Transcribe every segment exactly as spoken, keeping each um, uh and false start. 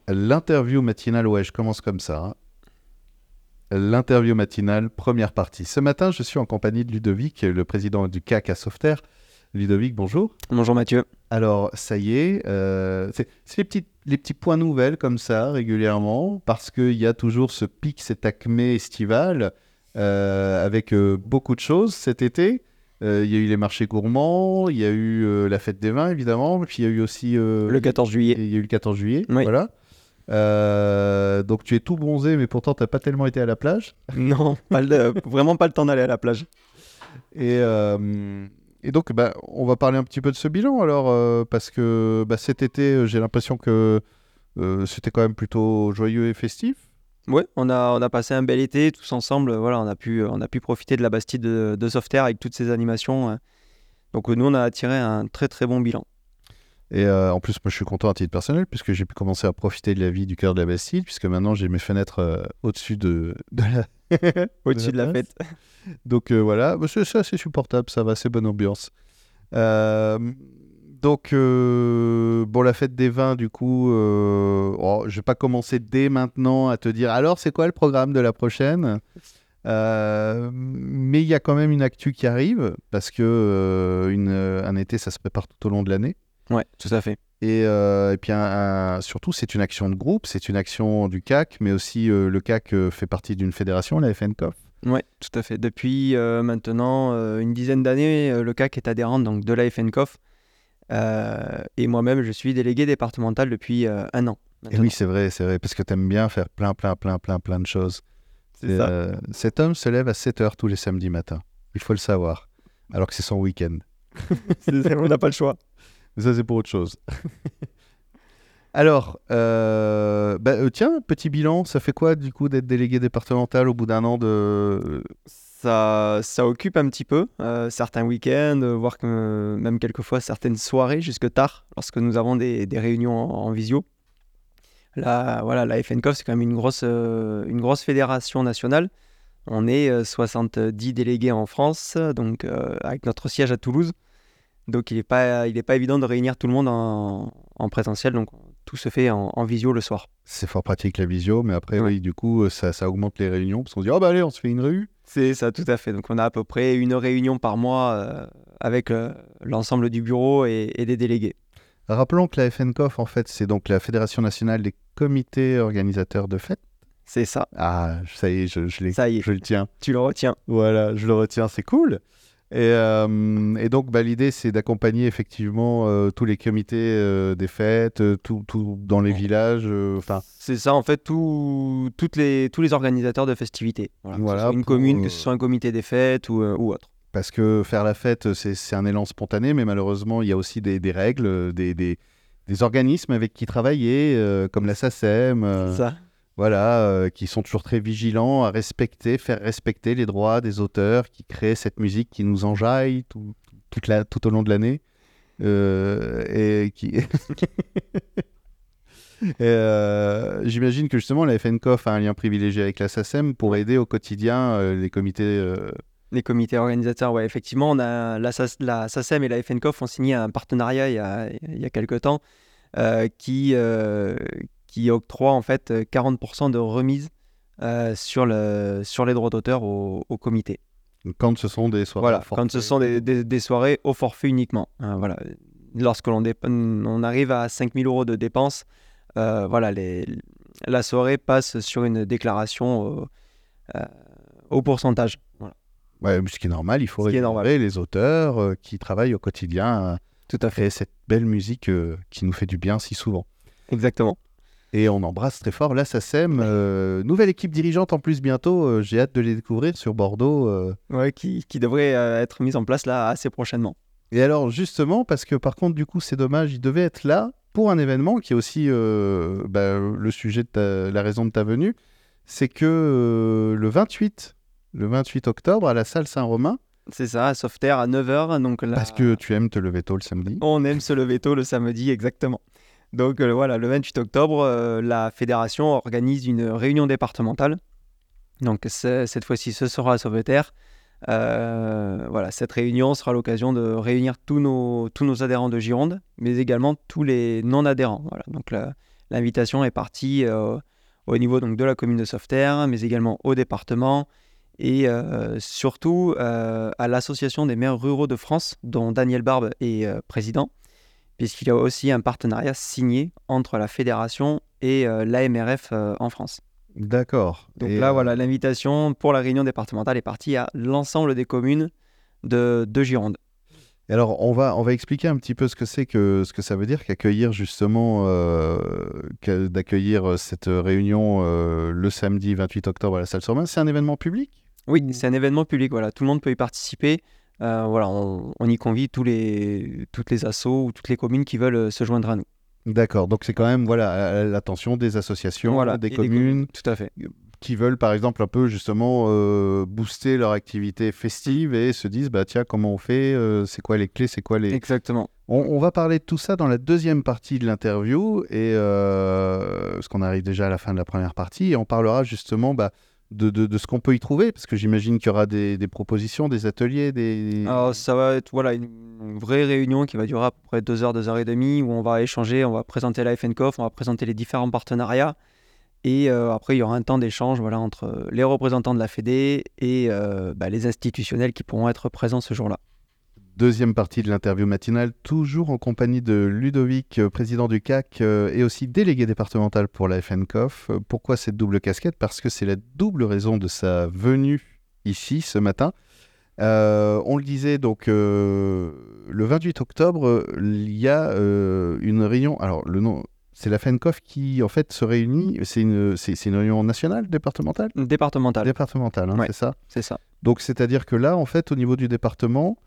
L'interview matinale, ouais, je commence comme ça. hein. L'interview matinale, première partie. Ce matin, je suis en compagnie de Ludovic, le président du C A C à Softair. Ludovic, bonjour. Bonjour Mathieu. Alors, ça y est, euh, c'est, c'est les, petits, les petits points nouvelles comme ça, régulièrement, parce qu'il y a toujours ce pic, cet acmé estival, euh, avec euh, beaucoup de choses cet été. Euh, Il y a eu les marchés gourmands, il y a eu euh, la fête des vins, évidemment, puis il y a eu aussi... euh, Le quatorze juillet. Il y a eu le quatorze juillet, Oui. voilà. Euh, donc tu es tout bronzé, mais pourtant tu n'as pas tellement été à la plage. Non, pas le- vraiment pas le temps d'aller à la plage. Et, euh, et donc, bah, on va parler un petit peu de ce bilan alors, euh, parce que bah, cet été, euh, j'ai l'impression que euh, c'était quand même plutôt joyeux et festif. Oui, on a, on a passé un bel été tous ensemble. Voilà, on a pu, on a pu profiter de la Bastide de, de Softair avec toutes ces animations. hein. Donc nous, on a tiré un très très bon bilan. Et euh, en plus, moi, je suis content à titre personnel, puisque j'ai pu commencer à profiter de la vie du cœur de la Bastille, puisque maintenant, j'ai mes fenêtres euh, au-dessus de, de la... Au-dessus de la place. fête. Donc euh, voilà, Bah, c'est, c'est assez supportable, ça va, c'est bonne ambiance. Euh, donc, euh, bon, la fête des vins, du coup, euh, oh, je vais pas commencer dès maintenant à te dire alors c'est quoi le programme de la prochaine. Euh, mais il y a quand même une actu qui arrive parce que euh, une, un été, ça se prépare tout au long de l'année. Ouais, tout à fait. Et, euh, et puis un- un- surtout, c'est une action de groupe, c'est une action du C A C, mais aussi euh, le C A C euh, fait partie d'une fédération, la F N C O F. Ouais, tout à fait. Depuis euh, maintenant euh, une dizaine d'années, euh, le C A C est adhérent donc, de la F N C O F. Euh, et moi-même, je suis délégué départemental depuis euh, un an. Et maintenant. oui, c'est vrai, c'est vrai, parce que tu aimes bien faire plein, plein, plein, plein, plein de choses. C'est Et, ça. euh, cet homme se lève à sept heures tous les samedis matins. Il faut le savoir. Alors que c'est son week-end. C'est- on n'a pas le choix. Mais ça, c'est pour autre chose. Alors, euh, bah, euh, tiens, petit bilan, ça fait quoi du coup d'être délégué départemental au bout d'un an de... Ça, ça occupe un petit peu, euh, certains week-ends, euh, voire que, euh, même quelquefois certaines soirées jusque tard, lorsque nous avons des, des réunions en, en visio. Là, voilà, la F N C O F, c'est quand même une grosse, euh, une grosse fédération nationale. On est euh, soixante-dix délégués en France, donc euh, avec notre siège à Toulouse. Donc il n'est pas, il est pas évident de réunir tout le monde en, en présentiel, donc tout se fait en, en visio le soir. C'est fort pratique la visio, mais après, Ouais. oui, du coup, ça, ça augmente les réunions, parce qu'on se dit, oh bah allez, on se fait une rue. C'est ça, tout à fait. Donc on a à peu près une réunion par mois euh, avec euh, l'ensemble du bureau et, et des délégués. Rappelons que la F N C O F, en fait, c'est donc la Fédération nationale des comités organisateurs de fêtes. C'est ça, Ah, ça y est, je, je, l'ai- ça y est, je le tiens. tu le retiens. Voilà, je le retiens, c'est cool. Et, euh, et donc, bah, l'idée, c'est d'accompagner effectivement euh, tous les comités euh, des fêtes, euh, tout, tout dans les villages. Enfin, C'est ça, en fait, tout- toutes les, tous les organisateurs de festivités. Voilà, que Voilà, ce soit une pour, commune, que euh, ce soit un comité des fêtes ou, euh, ou autre. parce que faire la fête, c'est, c'est un élan spontané, mais malheureusement, il y a aussi des, des règles, euh, des, des, des organismes avec qui travailler, euh, comme la SACEM, euh, C'est ça. voilà, euh, qui sont toujours très vigilants à respecter, faire respecter les droits des auteurs qui créent cette musique qui nous enjaille tout, toute la, tout au long de l'année. Euh, et qui... Et, euh, j'imagine que justement la F N C O F a un lien privilégié avec la SACEM pour aider au quotidien euh, les comités. euh, Les comités organisateurs, ouais, effectivement, on a la, S A- la SACEM et la F N C O F ont signé un partenariat il y a, il y a quelques temps euh, qui, euh, qui octroie en fait quarante pour cent de remise euh, sur, le, sur les droits d'auteur au, au comité. quand ce sont des soirées Voilà, à forfait. quand ce sont des, des- des soirées au forfait uniquement. Hein, voilà. Lorsque l'on dép- on arrive à cinq mille euros de dépenses, euh, voilà, les, la soirée passe sur une déclaration au, euh, au pourcentage. Voilà. Ouais, mais ce qui est normal, il faut Ce qui est rémunérer les auteurs euh, qui travaillent au quotidien à Tout à fait. créer cette belle musique euh, qui nous fait du bien si souvent. Exactement. Et on embrasse très fort la SACEM. euh, nouvelle équipe dirigeante en plus bientôt. euh, j'ai hâte de les découvrir sur Bordeaux. euh. Ouais, qui, qui devrait euh, être mise en place là assez prochainement. Et alors justement, parce que par contre, du coup, c'est dommage, ils devaient être là pour un événement qui est aussi euh, bah, le sujet de ta- la raison de ta venue. C'est que euh, le vingt-huit, le vingt-huit octobre, à la salle Saint-Romain, C'est ça, à Softair à neuf heures. Donc là, parce que tu aimes te lever tôt le samedi. on aime se lever tôt le samedi, exactement. Donc euh, voilà, le vingt-huit octobre, euh, la fédération organise une réunion départementale. Donc c'est- cette fois-ci, ce sera à Sauveterre. Euh, voilà, cette réunion sera l'occasion de réunir tous nos, tous nos adhérents de Gironde, mais également tous les non-adhérents. Voilà. Donc la, l'invitation est partie euh, au niveau donc, de la commune de Sauveterre, mais également au département et euh, surtout euh, à l'association des maires ruraux de France, dont Daniel Barbe est euh, président, puisqu'il y a aussi un partenariat signé entre la fédération et euh, l'A M R F euh, en France. D'accord. Donc Et, là, euh, voilà, l'invitation pour la réunion départementale est partie à l'ensemble des communes de, de Gironde. Et alors, on va, on va expliquer un petit peu ce que c'est que ce que ça veut dire qu'accueillir justement, euh, que- d'accueillir cette réunion euh, le samedi vingt-huit octobre à la salle Sormin. C'est un événement public? Oui, Ou- c'est un événement public, voilà, tout le monde peut y participer. Euh, voilà, on, on y convie tous les, toutes les assos ou toutes les communes qui veulent euh, se joindre à nous. D'accord. Donc c'est quand même voilà à- à l'attention des associations, Voilà, des et des communes tout à fait. qui veulent par exemple un peu justement euh, booster leur activité festive et se disent bah tiens comment on fait, euh, c'est quoi les clés, c'est quoi les. Exactement. On, on va parler de tout ça dans la deuxième partie de l'interview et euh, parce qu'on arrive déjà à la fin de la première partie et on parlera justement bah, de, de, de ce qu'on peut y trouver parce que j'imagine qu'il y aura des, des propositions, des ateliers, des. Alors, ça va être voilà, une vraie réunion qui va durer à peu près deux heures, deux heures et demie, où on va échanger, on va présenter la F N C O F, on va présenter les différents partenariats. Et euh, après, il y aura un temps d'échange voilà, entre les représentants de la Fédé et euh, bah, les institutionnels qui pourront être présents ce jour-là. Deuxième partie de l'interview matinale, toujours en compagnie de Ludovic, euh, président du C A C euh, et aussi délégué départemental pour la F N C O F. Euh, Pourquoi cette double casquette? Parce que c'est la double raison de sa venue ici ce matin. Euh, on le disait donc euh, le vingt-huit octobre, euh, il y a euh, une réunion. Alors le nom, c'est la F N C O F qui en fait se réunit. C'est une, c'est, c'est une réunion nationale, départementale, Départemental, départementale, hein, Ouais. c'est ça. c'est ça. Donc c'est-à-dire que là, en fait, au niveau du département,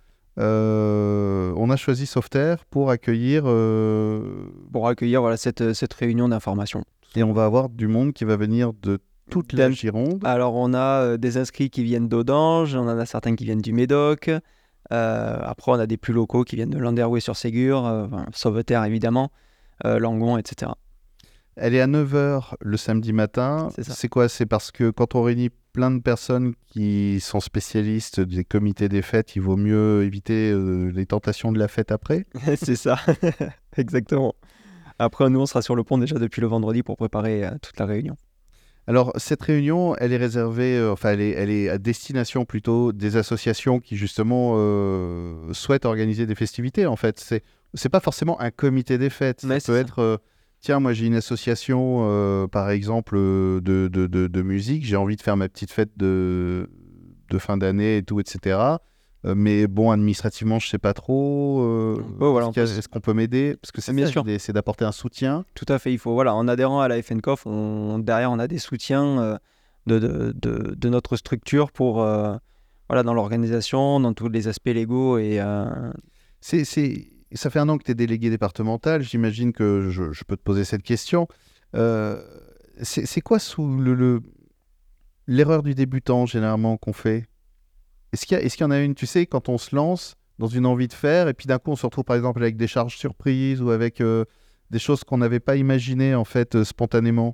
euh, on a choisi Sauveterre pour accueillir euh, Pour accueillir voilà, cette, cette réunion d'information. et on va avoir du monde qui va venir de toute la D'un- Gironde. Alors, on a euh, des inscrits qui viennent d'Audange, on en a certains qui viennent du Médoc. Euh, après, on a des plus locaux qui viennent de Landerrouet-sur-Ségur, euh, enfin, Sauveterre évidemment, euh, Langon, et cetera. Elle est à neuf heures le samedi matin. C'est ça. C'est quoi? C'est parce que quand on réunit plein de personnes qui sont spécialistes des comités des fêtes, il vaut mieux éviter euh, les tentations de la fête après. C'est ça, exactement. Après, nous, on sera sur le pont déjà depuis le vendredi pour préparer euh, toute la réunion. Alors, cette réunion, elle est réservée, euh, enfin, elle est, elle est à destination plutôt des associations qui, justement, euh, souhaitent organiser des festivités, en fait. C'est, c'est pas forcément un comité des fêtes. Mais Ça c'est peut ça. être, euh, tiens, moi, j'ai une association, euh, par exemple, euh, de, de, de, de musique. J'ai envie de faire ma petite fête de, de fin d'année et tout, et cetera. Euh, mais bon, administrativement, je sais pas trop. euh, On peut, voilà, est-ce, on qu'il y a- peut s- est-ce qu'on peut m'aider? Parce que c'est Bien ça, sûr. l'idée, c'est d'apporter un soutien. Tout à fait, il faut, voilà, en adhérant à la F N C O F, on, derrière, on a des soutiens euh, de, de, de, de notre structure pour, euh, voilà, dans l'organisation, dans tous les aspects légaux. Et, euh, C'est, c'est... Ça fait un an que tu es délégué départemental. J'imagine que je, je peux te poser cette question. Euh, c'est, c'est quoi sous le, le- l'erreur du débutant, généralement, qu'on fait? Est-ce qu'il y a, est-ce qu'il y en a une, tu sais, quand on se lance dans une envie de faire, et puis d'un coup, on se retrouve, par exemple, avec des charges surprises ou avec euh, des choses qu'on n'avait pas imaginées, en fait, euh, spontanément?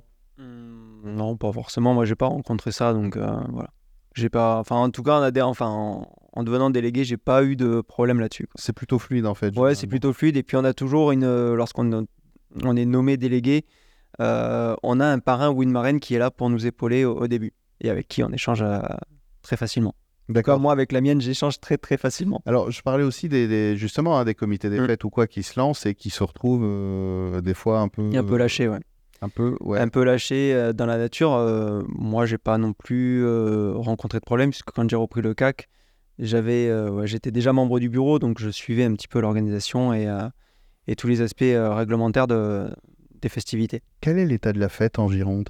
Hmm, non, pas forcément. Moi, j'ai pas rencontré ça, donc euh, voilà. J'ai pas, enfin, en tout cas, en, adhé- enfin, en, en devenant délégué, j'ai pas eu de problème là-dessus, quoi. C'est plutôt fluide, en fait. Ouais, c'est généralement. plutôt fluide. Et puis, on a toujours une, euh, lorsqu'on on est nommé délégué, euh, on a un parrain ou une marraine qui est là pour nous épauler au, au début et avec qui on échange euh, très facilement. D'accord. Comme moi, avec la mienne, j'échange très très facilement. Alors, je parlais aussi des, des- justement hein, des comités des Mm. fêtes ou quoi qui se lancent et qui se retrouvent euh, des fois un peu... Un peu lâché, ouais. Un peu, ouais. Un peu lâché euh, dans la nature. Euh, moi, j'ai pas non plus euh, rencontré de problème puisque quand j'ai repris le C A C, j'avais, euh, ouais, j'étais déjà membre du bureau, donc je suivais un petit peu l'organisation et, euh, et tous les aspects euh, réglementaires de, des festivités. Quel est l'état de la fête en Gironde?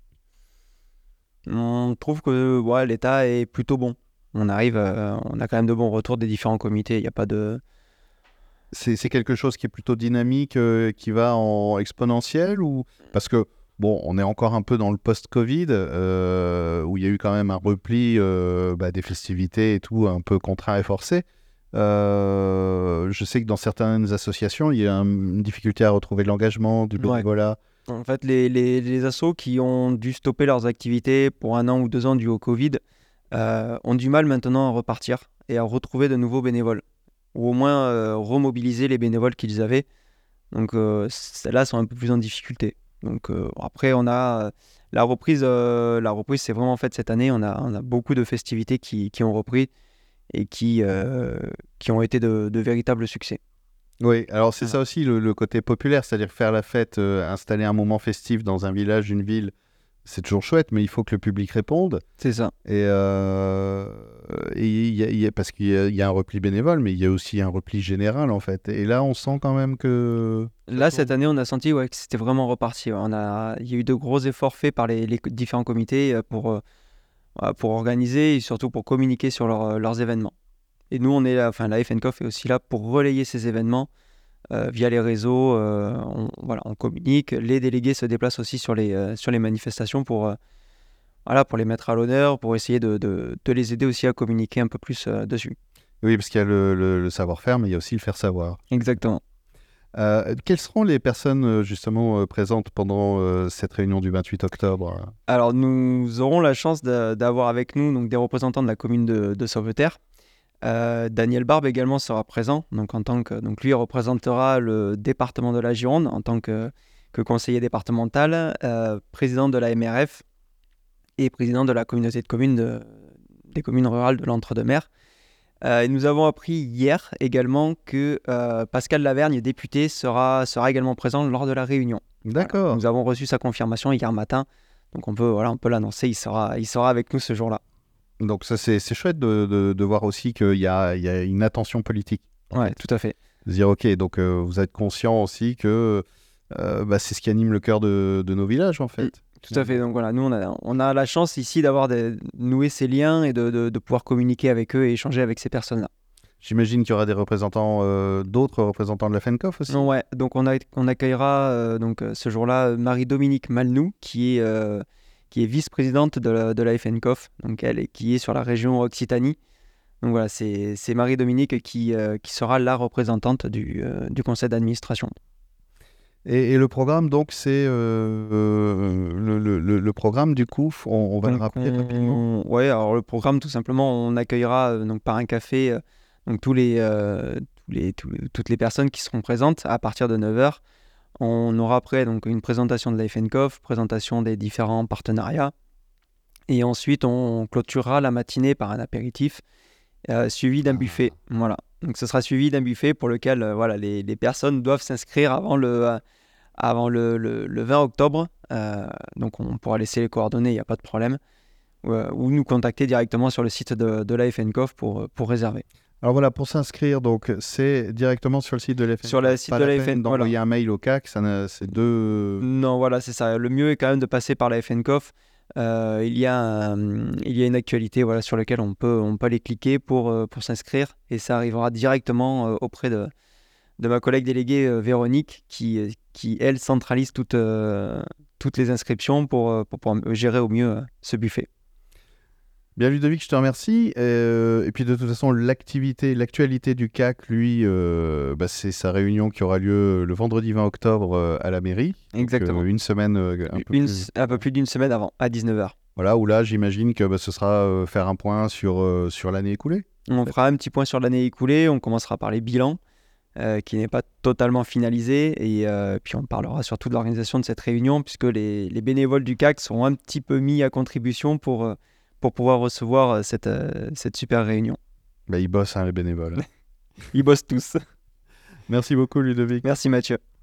On trouve que ouais, l'état est plutôt bon. On arrive, euh, on a quand même de bons retours des différents comités. Il n'y a pas de. C'est c'est quelque chose qui est plutôt dynamique, euh, qui va en exponentiel ou... Parce que, bon, on est encore un peu dans le post-Covid, euh, où il y a eu quand même un repli euh, bah, des festivités et tout, un peu contraint et forcé. Euh, je sais que dans certaines associations, il y a un- une difficulté à retrouver de l'engagement, du Ouais. bénévolat. En fait, les, les, les assos qui ont dû stopper leurs activités pour un an ou deux ans dû au Covid euh, ont du mal maintenant à repartir et à retrouver de nouveaux bénévoles. Ou au moins euh, remobiliser les bénévoles qu'ils avaient. Donc euh, celles-là sont un peu plus en difficulté. Donc euh, après, on a euh, la reprise, euh, la reprise, c'est vraiment faite cette année. On a, on a beaucoup de festivités qui, qui ont repris et qui, euh, qui ont été de, de véritables succès. Oui, alors c'est Voilà. ça aussi le, le côté populaire, c'est-à-dire faire la fête, euh, installer un moment festif dans un village, une ville, c'est toujours chouette, mais il faut que le public réponde. C'est ça. Et, euh, et il y a- il y a- parce qu'il y a, il y a un repli bénévole, mais il y a aussi un repli général en fait. Et là, on sent quand même que... Là, cette année, on a senti ouais, que c'était vraiment reparti. Ouais. On a, il y a eu de gros efforts faits par les, les différents comités euh, pour, euh, voilà, pour organiser et surtout pour communiquer sur leur- leurs événements. Et nous, on est là, enfin, la F N C O F est aussi là pour relayer ces événements euh, via les réseaux. euh, on, voilà, on communique. Les délégués se déplacent aussi sur les, euh, sur les manifestations pour, euh, voilà, pour les mettre à l'honneur, pour essayer de, de, de les aider aussi à communiquer un peu plus euh, dessus. Oui, parce qu'il y a le, le- le savoir-faire, mais il y a aussi le faire savoir. Exactement. Euh, quelles seront les personnes euh, justement euh, présentes pendant euh, cette réunion du vingt-huit octobre? Alors, nous aurons la chance de- d'avoir avec nous donc, des représentants de la commune de, de Sauveterre. Euh, Daniel Barbe également sera présent. Donc, en tant que, donc lui représentera le département de la Gironde en tant que, que conseiller départemental, euh, président de la M R F et président de la communauté de communes de- des communes rurales de l'Entre-deux-Mers. Euh, et nous avons appris hier également que euh, Pascal Lavergne, député, sera, sera également présent lors de la réunion. Voilà. D'accord. Nous avons reçu sa confirmation hier matin. Donc on peut, voilà, on peut l'annoncer, il sera, il sera avec nous ce jour-là. Donc ça, c'est c'est chouette de, de- de voir aussi qu'il y a, il y a une attention politique. Ouais, tout à fait. De dire, ok, donc euh, vous êtes conscient aussi que euh, bah, c'est ce qui anime le cœur de, de nos villages, en fait. Tout à fait. Donc voilà, nous, on a, on a la chance ici d'avoir des- noué ces liens et de, de- de pouvoir communiquer avec eux et échanger avec ces personnes-là. J'imagine qu'il y aura des représentants, euh, d'autres représentants de la F N C O F aussi. Non, ouais, donc on, a, on accueillera euh, donc, euh, ce jour-là euh, Marie-Dominique Malnou, qui est, euh, qui est vice-présidente de la, de la F N C O F, donc elle est, qui est sur la région Occitanie. Donc voilà, c'est c'est Marie-Dominique qui, euh, qui sera la représentante du, euh, du conseil d'administration. Et, et le programme, donc, c'est euh, euh, le, le- le- le programme, du coup, on, on va le Donc, rappeler on- rapidement. Ouais, alors le programme, tout simplement, on accueillera euh, donc, par un café euh, donc, tous les, euh, tous les, tous- toutes les personnes qui seront présentes à partir de neuf heures. On aura après donc, une présentation de la F N C O F, présentation des différents partenariats. Et ensuite, on clôturera la matinée par un apéritif euh, suivi d'un Ah. buffet. Voilà. Donc, ce sera suivi d'un buffet pour lequel euh, voilà, les, les personnes doivent s'inscrire avant le, euh, avant le, le- le vingt octobre. Euh, donc, on pourra laisser les coordonnées, il n'y a pas de problème. Ou, euh, ou nous contacter directement sur le site de, de la F N C O F pour, euh, pour réserver. Alors voilà, pour s'inscrire, donc, c'est directement sur le site de la F N C O F. Sur le site Pas de la la F N C O F, peine d'envoyer un mail au C A C, ça n'a- c'est deux... Non, voilà, c'est ça. Le mieux est quand même de passer par la F N C O F. Euh, il, y a un- il y a une actualité voilà, sur laquelle on peut, on peut aller cliquer pour, euh, pour s'inscrire et ça arrivera directement euh, auprès de, de ma collègue déléguée euh, Véronique qui, euh, qui, elle, centralise toutes, euh, toutes les inscriptions pour, euh, pour pouvoir gérer au mieux euh, ce buffet. Bien, Ludovic, je te remercie. Euh, et puis, de toute façon, l'activité, l'actualité du C A C, lui, euh, bah, c'est sa réunion qui aura lieu le vendredi vingt octobre euh, à la mairie. Donc, Exactement. euh, une semaine euh, un peu Une- plus... Un peu plus d'une semaine avant, à dix-neuf heures. Voilà, où là, j'imagine que bah, ce sera euh, faire un point sur, euh, sur l'année écoulée. On fera un petit point sur l'année écoulée, on commencera par les bilans, euh, qui n'est pas totalement finalisé, et euh, puis on parlera surtout de l'organisation de cette réunion, puisque les, les bénévoles du C A C seront un petit peu mis à contribution pour, euh, pour pouvoir recevoir euh, cette, euh, cette super réunion. Bah, ils bossent, hein, les bénévoles. Ils bossent tous. Merci beaucoup, Ludovic. Merci Mathieu.